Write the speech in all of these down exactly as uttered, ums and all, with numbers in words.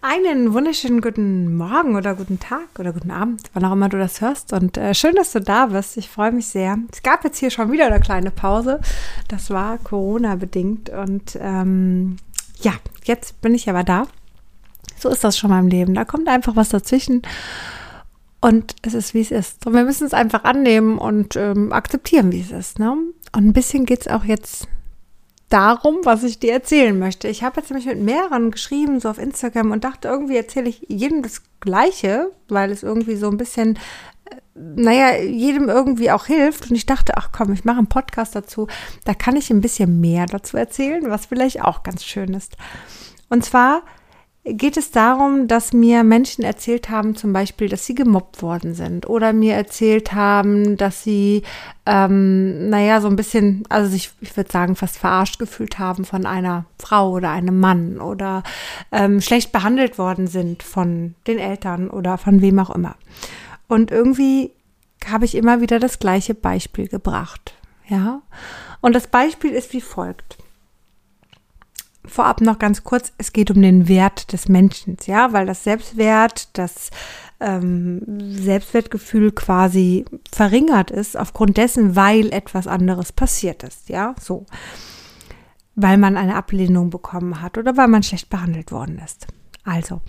Einen wunderschönen guten Morgen oder guten Tag oder guten Abend, wann auch immer du das hörst. Und äh, schön, dass du da bist. Ich freue mich sehr. Es gab jetzt hier schon wieder eine kleine Pause. Das war Corona-bedingt. Und ähm, ja, jetzt bin ich aber da. So ist das schon mal im Leben. Da kommt einfach was dazwischen. Und es ist, wie es ist. Und wir müssen es einfach annehmen und ähm, akzeptieren, wie es ist. Ne? Und ein bisschen geht es auch jetzt darum, was ich dir erzählen möchte. Ich habe jetzt nämlich mit mehreren geschrieben, so auf Instagram, und dachte, irgendwie erzähle ich jedem das Gleiche, weil es irgendwie so ein bisschen, naja, jedem irgendwie auch hilft. Und ich dachte, ach komm, ich mache einen Podcast dazu. Da kann ich ein bisschen mehr dazu erzählen, was vielleicht auch ganz schön ist. Und zwar geht es darum, dass mir Menschen erzählt haben, zum Beispiel, dass sie gemobbt worden sind oder mir erzählt haben, dass sie, ähm, naja, so ein bisschen, also sich, ich würde sagen, fast verarscht gefühlt haben von einer Frau oder einem Mann oder ähm, schlecht behandelt worden sind von den Eltern oder von wem auch immer. Und irgendwie habe ich immer wieder das gleiche Beispiel gebracht, ja. Und das Beispiel ist wie folgt. Vorab noch ganz kurz, es geht um den Wert des Menschen, ja, weil das Selbstwert, das ähm, Selbstwertgefühl quasi verringert ist aufgrund dessen, weil etwas anderes passiert ist, ja, so. Weil man eine Ablehnung bekommen hat oder weil man schlecht behandelt worden ist. Also,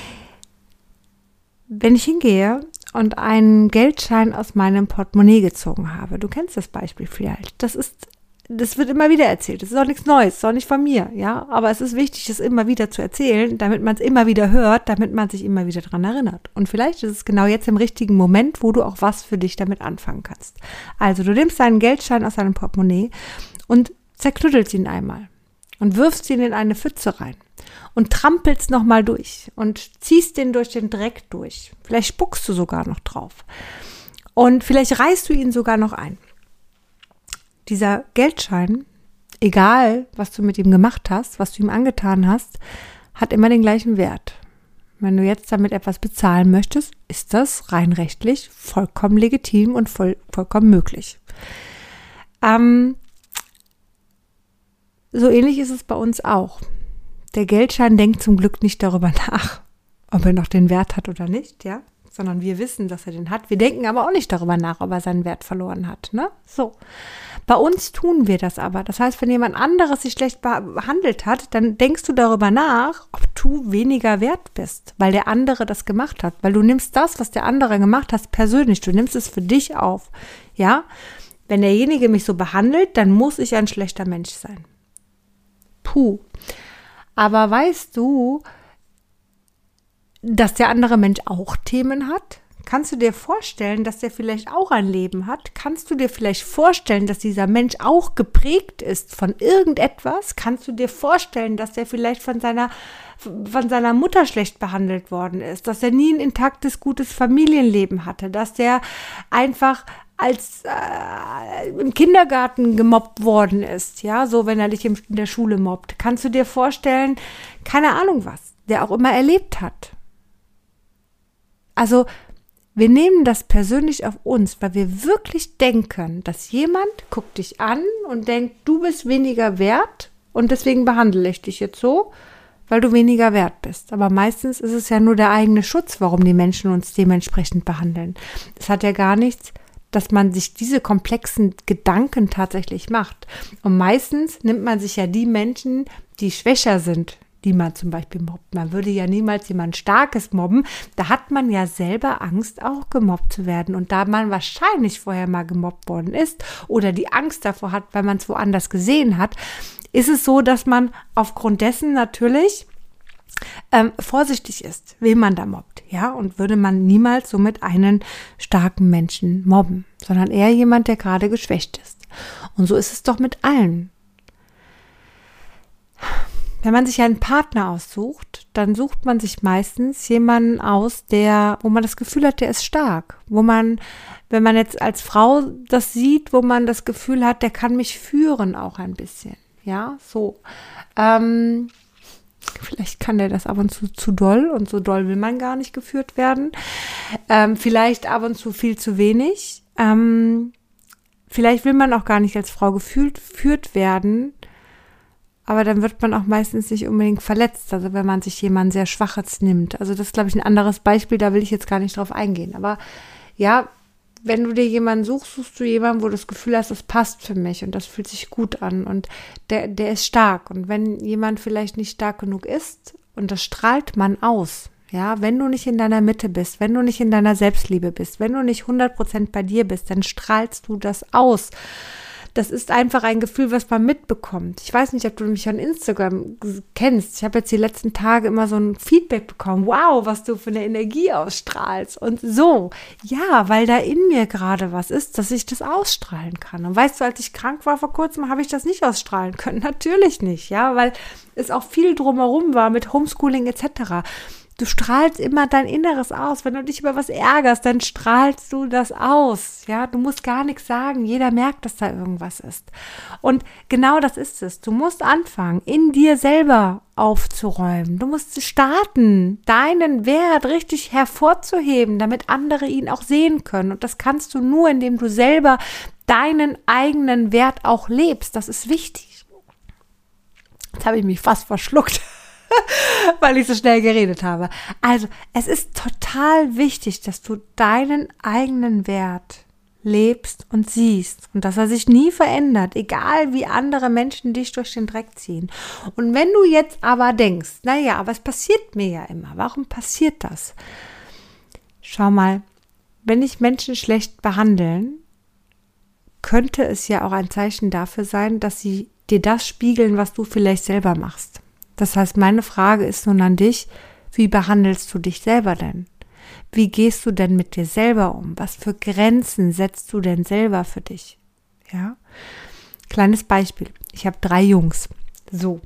wenn ich hingehe und einen Geldschein aus meinem Portemonnaie gezogen habe, du kennst das Beispiel vielleicht, das ist Das wird immer wieder erzählt. Das ist auch nichts Neues, das ist auch nicht von mir, ja. Aber es ist wichtig, das immer wieder zu erzählen, damit man es immer wieder hört, damit man sich immer wieder dran erinnert. Und vielleicht ist es genau jetzt im richtigen Moment, wo du auch was für dich damit anfangen kannst. Also du nimmst deinen Geldschein aus deinem Portemonnaie und zerknüttelst ihn einmal und wirfst ihn in eine Pfütze rein und trampelst nochmal durch und ziehst den durch den Dreck durch. Vielleicht spuckst du sogar noch drauf und vielleicht reißt du ihn sogar noch ein. Dieser Geldschein, egal was du mit ihm gemacht hast, was du ihm angetan hast, hat immer den gleichen Wert. Wenn du jetzt damit etwas bezahlen möchtest, ist das rein rechtlich vollkommen legitim und voll, vollkommen möglich. Ähm, so ähnlich ist es bei uns auch. Der Geldschein denkt zum Glück nicht darüber nach, ob er noch den Wert hat oder nicht, ja, sondern wir wissen, dass er den hat. Wir denken aber auch nicht darüber nach, ob er seinen Wert verloren hat, ne? So. Bei uns tun wir das aber. Das heißt, wenn jemand anderes sich schlecht behandelt hat, dann denkst du darüber nach, ob du weniger wert bist, weil der andere das gemacht hat. Weil du nimmst das, was der andere gemacht hat, persönlich. Du nimmst es für dich auf. Ja? Wenn derjenige mich so behandelt, dann muss ich ein schlechter Mensch sein. Puh. Aber weißt du, dass der andere Mensch auch Themen hat? Kannst du dir vorstellen, dass der vielleicht auch ein Leben hat? Kannst du dir vielleicht vorstellen, dass dieser Mensch auch geprägt ist von irgendetwas? Kannst du dir vorstellen, dass der vielleicht von seiner, von seiner Mutter schlecht behandelt worden ist? Dass er nie ein intaktes, gutes Familienleben hatte? Dass der einfach als äh, im Kindergarten gemobbt worden ist? Ja, so wenn er dich in der Schule mobbt. Kannst du dir vorstellen, keine Ahnung was, der auch immer erlebt hat? Also, wir nehmen das persönlich auf uns, weil wir wirklich denken, dass jemand guckt dich an und denkt, du bist weniger wert und deswegen behandle ich dich jetzt so, weil du weniger wert bist. Aber meistens ist es ja nur der eigene Schutz, warum die Menschen uns dementsprechend behandeln. Es hat ja gar nichts, dass man sich diese komplexen Gedanken tatsächlich macht. Und meistens nimmt man sich ja die Menschen, die schwächer sind, die man zum Beispiel mobbt. Man würde ja niemals jemand Starkes mobben. Da hat man ja selber Angst, auch gemobbt zu werden. Und da man wahrscheinlich vorher mal gemobbt worden ist oder die Angst davor hat, weil man es woanders gesehen hat, ist es so, dass man aufgrund dessen natürlich ähm, vorsichtig ist, wen man da mobbt. Ja, und würde man niemals somit einen starken Menschen mobben, sondern eher jemand, der gerade geschwächt ist. Und so ist es doch mit allen. Wenn man sich einen Partner aussucht, dann sucht man sich meistens jemanden aus, der, wo man das Gefühl hat, der ist stark. Wo man, wenn man jetzt als Frau das sieht, wo man das Gefühl hat, der kann mich führen auch ein bisschen. Ja, so. Ähm, vielleicht kann der das ab und zu zu doll und so doll will man gar nicht geführt werden. Ähm, vielleicht ab und zu viel zu wenig. Ähm, vielleicht will man auch gar nicht als Frau gefühlt geführt werden. aber dann wird man auch meistens nicht unbedingt verletzt, also wenn man sich jemand sehr Schwaches nimmt. Also das ist, glaube ich, ein anderes Beispiel, da will ich jetzt gar nicht drauf eingehen. Aber ja, wenn du dir jemanden suchst, suchst du jemanden, wo du das Gefühl hast, das passt für mich und das fühlt sich gut an und der, der ist stark. Und wenn jemand vielleicht nicht stark genug ist, und das strahlt man aus, ja, wenn du nicht in deiner Mitte bist, wenn du nicht in deiner Selbstliebe bist, wenn du nicht hundert Prozent bei dir bist, dann strahlst du das aus. Das ist einfach ein Gefühl, was man mitbekommt. Ich weiß nicht, ob du mich an Instagram kennst. Ich habe jetzt die letzten Tage immer so ein Feedback bekommen. Wow, was du für eine Energie ausstrahlst. Und so, ja, weil da in mir gerade was ist, dass ich das ausstrahlen kann. Und weißt du, als ich krank war vor kurzem, habe ich das nicht ausstrahlen können. Natürlich nicht, ja, weil es auch viel drumherum war mit Homeschooling et cetera. Du strahlst immer dein Inneres aus. Wenn du dich über was ärgerst, dann strahlst du das aus. Ja, du musst gar nichts sagen. Jeder merkt, dass da irgendwas ist. Und genau das ist es. Du musst anfangen, in dir selber aufzuräumen. Du musst starten, deinen Wert richtig hervorzuheben, damit andere ihn auch sehen können. Und das kannst du nur, indem du selber deinen eigenen Wert auch lebst. Das ist wichtig. Jetzt habe ich mich fast verschluckt. Weil ich so schnell geredet habe. Also, es ist total wichtig, dass du deinen eigenen Wert lebst und siehst und dass er sich nie verändert, egal wie andere Menschen dich durch den Dreck ziehen. Und wenn du jetzt aber denkst, naja, aber es passiert mir ja immer, warum passiert das? Schau mal, wenn dich Menschen schlecht behandeln, könnte es ja auch ein Zeichen dafür sein, dass sie dir das spiegeln, was du vielleicht selber machst. Das heißt, meine Frage ist nun an dich, wie behandelst du dich selber denn? Wie gehst du denn mit dir selber um? Was für Grenzen setzt du denn selber für dich? Ja? Kleines Beispiel. Ich habe drei Jungs. So.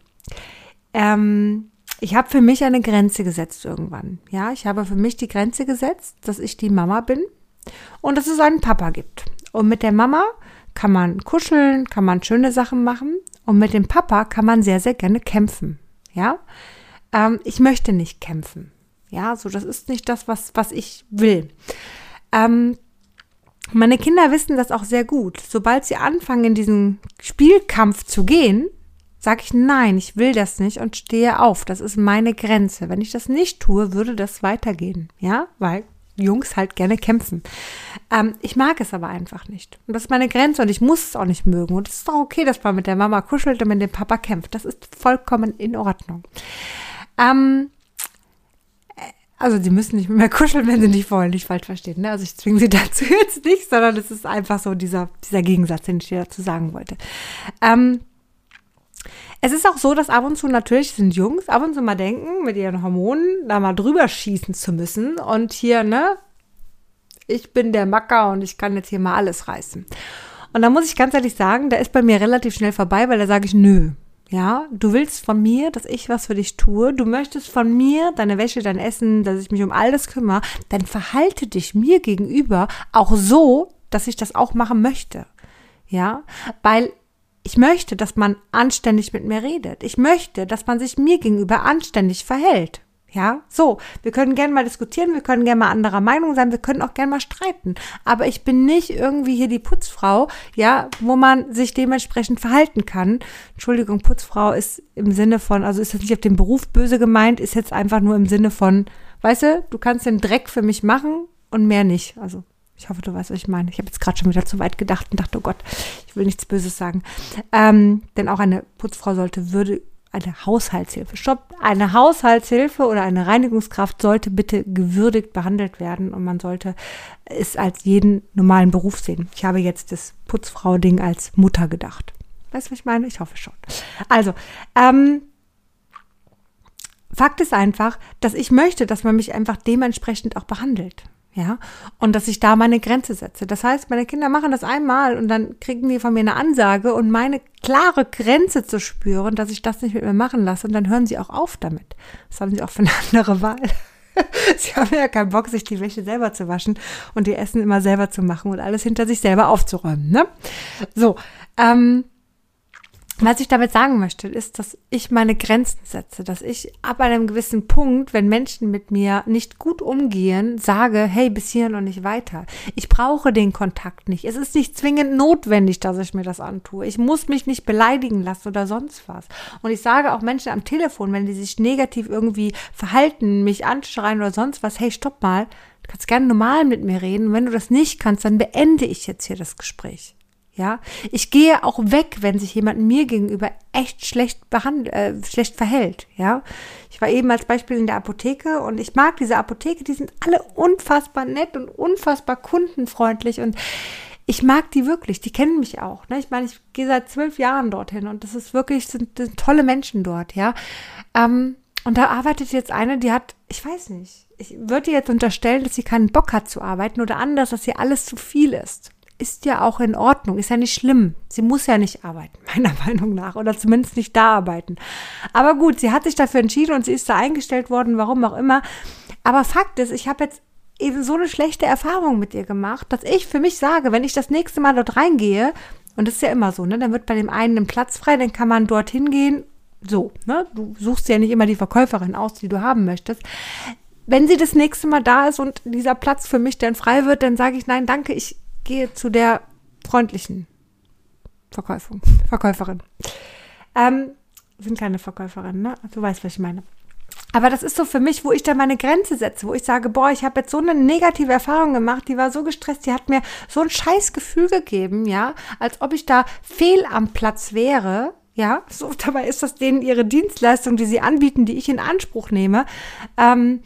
Ähm, ich habe für mich eine Grenze gesetzt irgendwann. Ja, ich habe für mich die Grenze gesetzt, dass ich die Mama bin und dass es einen Papa gibt. Und mit der Mama kann man kuscheln, kann man schöne Sachen machen und mit dem Papa kann man sehr, sehr gerne kämpfen. Ja, ähm, ich möchte nicht kämpfen. Ja, so das ist nicht das, was, was ich will. Ähm, meine Kinder wissen das auch sehr gut. Sobald sie anfangen, in diesen Spielkampf zu gehen, sage ich, nein, ich will das nicht und stehe auf. Das ist meine Grenze. Wenn ich das nicht tue, würde das weitergehen. Ja, weil Jungs halt gerne kämpfen. Ähm, ich mag es aber einfach nicht. Und das ist meine Grenze und ich muss es auch nicht mögen. Und es ist doch okay, dass man mit der Mama kuschelt und mit dem Papa kämpft. Das ist vollkommen in Ordnung. Ähm, also sie müssen nicht mit mir kuscheln, wenn sie nicht wollen, nicht falsch verstehen. Ne? Also ich zwinge sie dazu jetzt nicht, sondern es ist einfach so dieser, dieser Gegensatz, den ich dir dazu sagen wollte. Ähm, Es ist auch so, dass ab und zu natürlich sind Jungs ab und zu mal denken, mit ihren Hormonen da mal drüber schießen zu müssen und hier, ne, ich bin der Macker und ich kann jetzt hier mal alles reißen. Und da muss ich ganz ehrlich sagen, da ist bei mir relativ schnell vorbei, weil da sage ich, nö, ja, du willst von mir, dass ich was für dich tue, du möchtest von mir deine Wäsche, dein Essen, dass ich mich um alles kümmere, dann verhalte dich mir gegenüber auch so, dass ich das auch machen möchte, ja, weil ich möchte, dass man anständig mit mir redet. Ich möchte, dass man sich mir gegenüber anständig verhält. Ja, so. Wir können gerne mal diskutieren, wir können gerne mal anderer Meinung sein, wir können auch gerne mal streiten. Aber ich bin nicht irgendwie hier die Putzfrau, ja, wo man sich dementsprechend verhalten kann. Entschuldigung, Putzfrau ist im Sinne von, also ist das nicht auf den Beruf böse gemeint, ist jetzt einfach nur im Sinne von, weißt du, du kannst den Dreck für mich machen und mehr nicht. Also ich hoffe, du weißt, was ich meine. Ich habe jetzt gerade schon wieder zu weit gedacht und dachte, oh Gott, ich will nichts Böses sagen. Ähm, denn auch eine Putzfrau sollte würde, eine Haushaltshilfe, stopp, eine Haushaltshilfe oder eine Reinigungskraft sollte bitte gewürdigt behandelt werden und man sollte es als jeden normalen Beruf sehen. Ich habe jetzt das Putzfrau-Ding als Mutter gedacht. Weißt du, was ich meine? Ich hoffe schon. Also, ähm, Fakt ist einfach, dass ich möchte, dass man mich einfach dementsprechend auch behandelt. Ja, und dass ich da meine Grenze setze. Das heißt, meine Kinder machen das einmal und dann kriegen die von mir eine Ansage und meine klare Grenze zu spüren, dass ich das nicht mit mir machen lasse und dann hören sie auch auf damit. Das haben sie auch für eine andere Wahl. Sie haben ja keinen Bock, sich die Wäsche selber zu waschen und ihr Essen immer selber zu machen und alles hinter sich selber aufzuräumen, ne? So, ähm, Was ich damit sagen möchte, ist, dass ich meine Grenzen setze, dass ich ab einem gewissen Punkt, wenn Menschen mit mir nicht gut umgehen, sage, hey, bis hierhin und nicht weiter. Ich brauche den Kontakt nicht. Es ist nicht zwingend notwendig, dass ich mir das antue. Ich muss mich nicht beleidigen lassen oder sonst was. Und ich sage auch Menschen am Telefon, wenn die sich negativ irgendwie verhalten, mich anschreien oder sonst was, hey, stopp mal, du kannst gerne normal mit mir reden. Und wenn du das nicht kannst, dann beende ich jetzt hier das Gespräch. Ja, ich gehe auch weg, wenn sich jemand mir gegenüber echt schlecht behandelt, äh, schlecht verhält. Ja, ich war eben als Beispiel in der Apotheke und ich mag diese Apotheke, die sind alle unfassbar nett und unfassbar kundenfreundlich und ich mag die wirklich, die kennen mich auch. Ne? Ich meine, ich gehe seit zwölf Jahren dorthin und das ist wirklich, sind, sind tolle Menschen dort, ja. Ähm, und da arbeitet jetzt eine, die hat, ich weiß nicht, ich würde ihr jetzt unterstellen, dass sie keinen Bock hat zu arbeiten oder anders, dass ihr alles zu viel ist. Ist ja auch in Ordnung, ist ja nicht schlimm. Sie muss ja nicht arbeiten, meiner Meinung nach, oder zumindest nicht da arbeiten. Aber gut, sie hat sich dafür entschieden und sie ist da eingestellt worden, warum auch immer. Aber Fakt ist, ich habe jetzt eben so eine schlechte Erfahrung mit ihr gemacht, dass ich für mich sage, wenn ich das nächste Mal dort reingehe, und das ist ja immer so, ne, dann wird bei dem einen ein Platz frei, dann kann man dorthin gehen, so, ne, du suchst ja nicht immer die Verkäuferin aus, die du haben möchtest. Wenn sie das nächste Mal da ist und dieser Platz für mich dann frei wird, dann sage ich, nein, danke, ich gehe zu der freundlichen Verkäufung, Verkäuferin. Ähm, sind keine Verkäuferinnen, ne? Du weißt, was ich meine. Aber das ist so für mich, wo ich da meine Grenze setze, wo ich sage, boah, ich habe jetzt so eine negative Erfahrung gemacht, die war so gestresst, die hat mir so ein scheiß Gefühl gegeben, ja, als ob ich da fehl am Platz wäre, ja, so, dabei ist das denen ihre Dienstleistung, die sie anbieten, die ich in Anspruch nehme, ähm,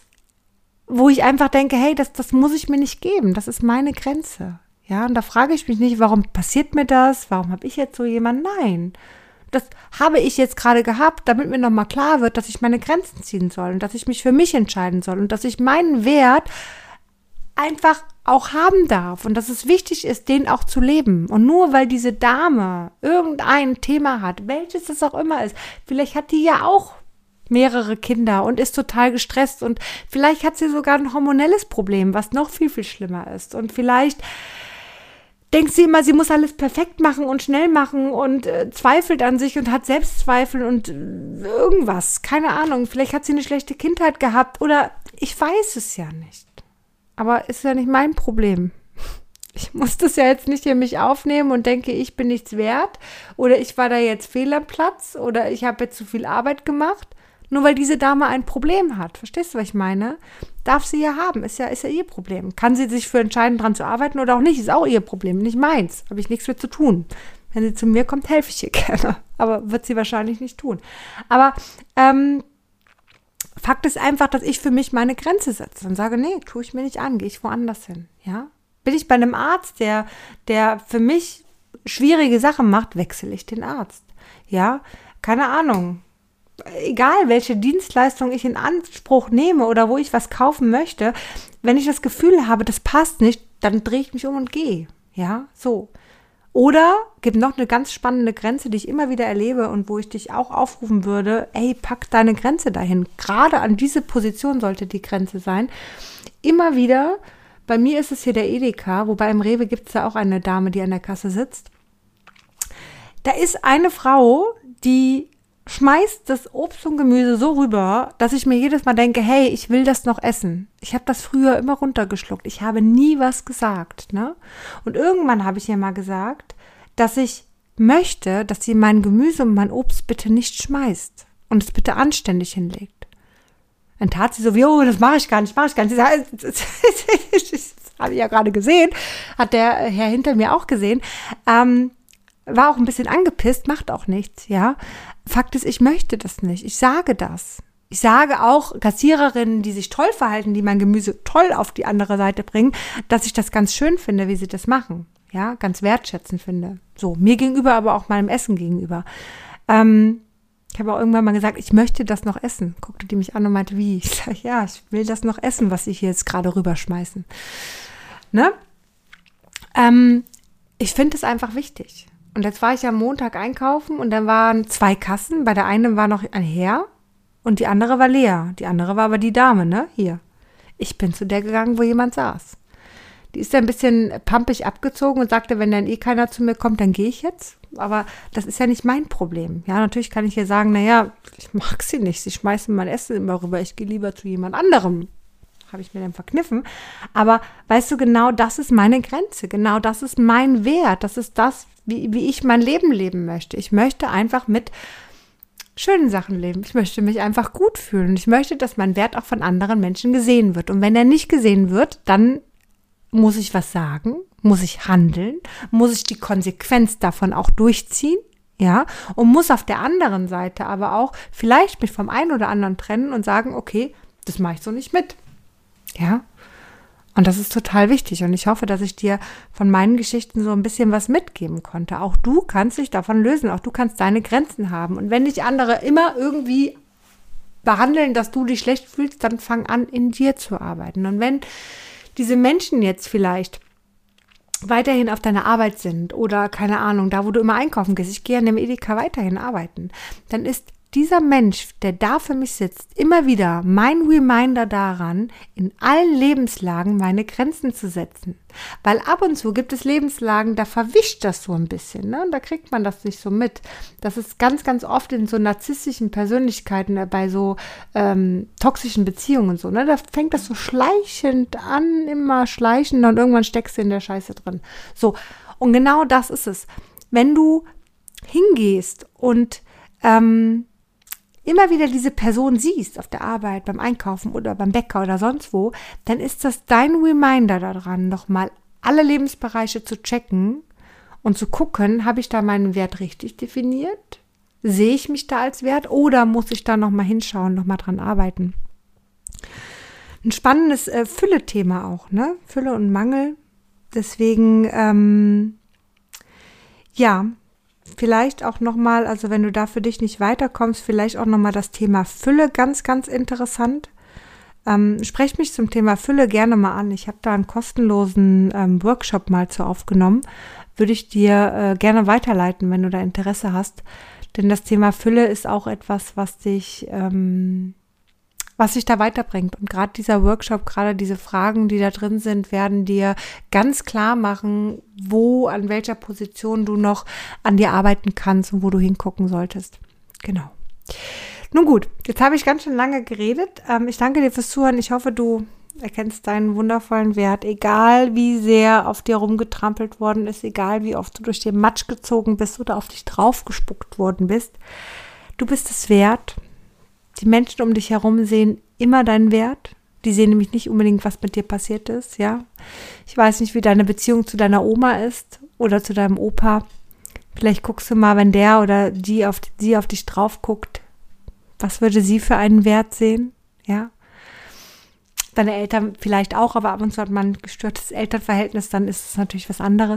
wo ich einfach denke, hey, das, das muss ich mir nicht geben, das ist meine Grenze. Ja, und da frage ich mich nicht, warum passiert mir das, warum habe ich jetzt so jemanden? Nein, das habe ich jetzt gerade gehabt, damit mir nochmal klar wird, dass ich meine Grenzen ziehen soll und dass ich mich für mich entscheiden soll und dass ich meinen Wert einfach auch haben darf und dass es wichtig ist, den auch zu leben. Und nur weil diese Dame irgendein Thema hat, welches es auch immer ist, vielleicht hat die ja auch mehrere Kinder und ist total gestresst und vielleicht hat sie sogar ein hormonelles Problem, was noch viel, viel schlimmer ist. Und vielleicht denkt sie immer, sie muss alles perfekt machen und schnell machen und äh, zweifelt an sich und hat Selbstzweifel und äh, irgendwas, keine Ahnung. Vielleicht hat sie eine schlechte Kindheit gehabt oder ich weiß es ja nicht. Aber ist ja nicht mein Problem. Ich muss das ja jetzt nicht in mich aufnehmen und denke, ich bin nichts wert oder ich war da jetzt fehl am Platz oder ich habe jetzt zu viel Arbeit gemacht. Nur weil diese Dame ein Problem hat, verstehst du, was ich meine? Darf sie ja haben, ist ja, ist ja ihr Problem. Kann sie sich für entscheiden, dran zu arbeiten oder auch nicht, ist auch ihr Problem, nicht meins. Habe ich nichts mit zu tun. Wenn sie zu mir kommt, helfe ich ihr gerne. Aber wird sie wahrscheinlich nicht tun. Aber ähm, Fakt ist einfach, dass ich für mich meine Grenze setze und sage, nee, tue ich mir nicht an, gehe ich woanders hin. Ja? Bin ich bei einem Arzt, der, der für mich schwierige Sachen macht, wechsle ich den Arzt. Ja, keine Ahnung. Egal, welche Dienstleistung ich in Anspruch nehme oder wo ich was kaufen möchte, wenn ich das Gefühl habe, das passt nicht, dann drehe ich mich um und gehe. Ja, so. Oder gibt noch eine ganz spannende Grenze, die ich immer wieder erlebe und wo ich dich auch aufrufen würde, ey, pack deine Grenze dahin. Gerade an diese Position sollte die Grenze sein. Immer wieder, bei mir ist es hier der Edeka, wobei im Rewe gibt es da auch eine Dame, die an der Kasse sitzt. Da ist eine Frau, die schmeißt das Obst und Gemüse so rüber, dass ich mir jedes Mal denke, hey, ich will das noch essen. Ich habe das früher immer runtergeschluckt. Ich habe nie was gesagt, ne? Und irgendwann habe ich ihr mal gesagt, dass ich möchte, dass sie mein Gemüse und mein Obst bitte nicht schmeißt und es bitte anständig hinlegt. Dann tat sie so, wie, oh, das mache ich gar nicht, mache ich gar nicht. Das habe ich ja gerade gesehen, hat der Herr hinter mir auch gesehen. Ähm, war auch ein bisschen angepisst, macht auch nichts, ja. Fakt ist, ich möchte das nicht. Ich sage das. Ich sage auch Kassiererinnen, die sich toll verhalten, die mein Gemüse toll auf die andere Seite bringen, dass ich das ganz schön finde, wie sie das machen. Ja, ganz wertschätzend finde. So, mir gegenüber, aber auch meinem Essen gegenüber. Ähm, ich habe auch irgendwann mal gesagt, ich möchte das noch essen. Guckte die mich an und meinte, wie? Ich sage, ja, ich will das noch essen, was sie hier jetzt gerade rüberschmeißen. Ne? Ähm, ich finde es einfach wichtig. Und jetzt war ich am Montag einkaufen und dann waren zwei Kassen. Bei der einen war noch ein Herr und die andere war leer. Die andere war aber die Dame, ne? Hier. Ich bin zu der gegangen, wo jemand saß. Die ist ein bisschen pampig abgezogen und sagte, wenn dann eh keiner zu mir kommt, dann gehe ich jetzt. Aber das ist ja nicht mein Problem. Ja, natürlich kann ich ihr sagen, naja, ich mag sie nicht. Sie schmeißen mein Essen immer rüber. Ich gehe lieber zu jemand anderem. Habe ich mir dann verkniffen. Aber weißt du, genau das ist meine Grenze. Genau das ist mein Wert. Das ist das, wie, wie ich mein Leben leben möchte. Ich möchte einfach mit schönen Sachen leben. Ich möchte mich einfach gut fühlen. Ich möchte, dass mein Wert auch von anderen Menschen gesehen wird. Und wenn er nicht gesehen wird, dann muss ich was sagen, muss ich handeln, muss ich die Konsequenz davon auch durchziehen, ja, und muss auf der anderen Seite aber auch vielleicht mich vom einen oder anderen trennen und sagen, okay, das mache ich so nicht mit, ja. Und das ist total wichtig und ich hoffe, dass ich dir von meinen Geschichten so ein bisschen was mitgeben konnte. Auch du kannst dich davon lösen, auch du kannst deine Grenzen haben. Und wenn dich andere immer irgendwie behandeln, dass du dich schlecht fühlst, dann fang an, in dir zu arbeiten. Und wenn diese Menschen jetzt vielleicht weiterhin auf deiner Arbeit sind oder, keine Ahnung, da wo du immer einkaufen gehst, ich gehe an dem Edeka weiterhin arbeiten, dann ist dieser Mensch, der da für mich sitzt, immer wieder mein Reminder daran, in allen Lebenslagen meine Grenzen zu setzen. Weil ab und zu gibt es Lebenslagen, da verwischt das so ein bisschen, ne? Und da kriegt man das nicht so mit. Das ist ganz, ganz oft in so narzisstischen Persönlichkeiten, äh, bei so ähm, toxischen Beziehungen so, ne? Da fängt das so schleichend an, immer schleichend und irgendwann steckst du in der Scheiße drin. So, und genau das ist es. Wenn du hingehst und ähm, immer wieder diese Person siehst auf der Arbeit, beim Einkaufen oder beim Bäcker oder sonst wo, dann ist das dein Reminder daran, nochmal alle Lebensbereiche zu checken und zu gucken, habe ich da meinen Wert richtig definiert? Sehe ich mich da als Wert oder muss ich da nochmal hinschauen, nochmal dran arbeiten? Ein spannendes äh, Fülle-Thema auch, ne? Fülle und Mangel. Deswegen, ähm, ja, vielleicht auch nochmal, also wenn du da für dich nicht weiterkommst, vielleicht auch nochmal das Thema Fülle, ganz, ganz interessant. Ähm, sprech mich zum Thema Fülle gerne mal an. Ich habe da einen kostenlosen ähm, Workshop mal zu aufgenommen. Würde ich dir äh, gerne weiterleiten, wenn du da Interesse hast. Denn das Thema Fülle ist auch etwas, was dich, ähm, was dich da weiterbringt. Und gerade dieser Workshop, gerade diese Fragen, die da drin sind, werden dir ganz klar machen, wo, an welcher Position du noch an dir arbeiten kannst und wo du hingucken solltest. Genau. Nun gut, jetzt habe ich ganz schön lange geredet. Ähm, ich danke dir fürs Zuhören. Ich hoffe, du erkennst deinen wundervollen Wert, egal wie sehr auf dir rumgetrampelt worden ist, egal wie oft du durch den Matsch gezogen bist oder auf dich draufgespuckt worden bist. Du bist es wert. Die Menschen um dich herum sehen immer deinen Wert. Die sehen nämlich nicht unbedingt, was mit dir passiert ist, ja. Ich weiß nicht, wie deine Beziehung zu deiner Oma ist oder zu deinem Opa. Vielleicht guckst du mal, wenn der oder die auf, die auf dich drauf guckt, was würde sie für einen Wert sehen, ja. Deine Eltern vielleicht auch, aber ab und zu hat man ein gestörtes Elternverhältnis, dann ist es natürlich was anderes.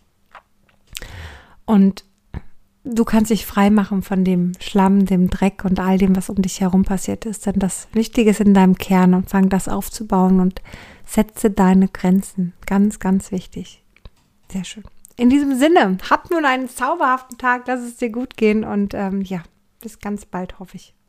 Und du kannst dich frei machen von dem Schlamm, dem Dreck und all dem, was um dich herum passiert ist. Denn das Wichtige ist in deinem Kern und fang das aufzubauen und setze deine Grenzen. Ganz, ganz wichtig. Sehr schön. In diesem Sinne, hab nun einen zauberhaften Tag, lass es dir gut gehen und ähm, ja, bis ganz bald, hoffe ich.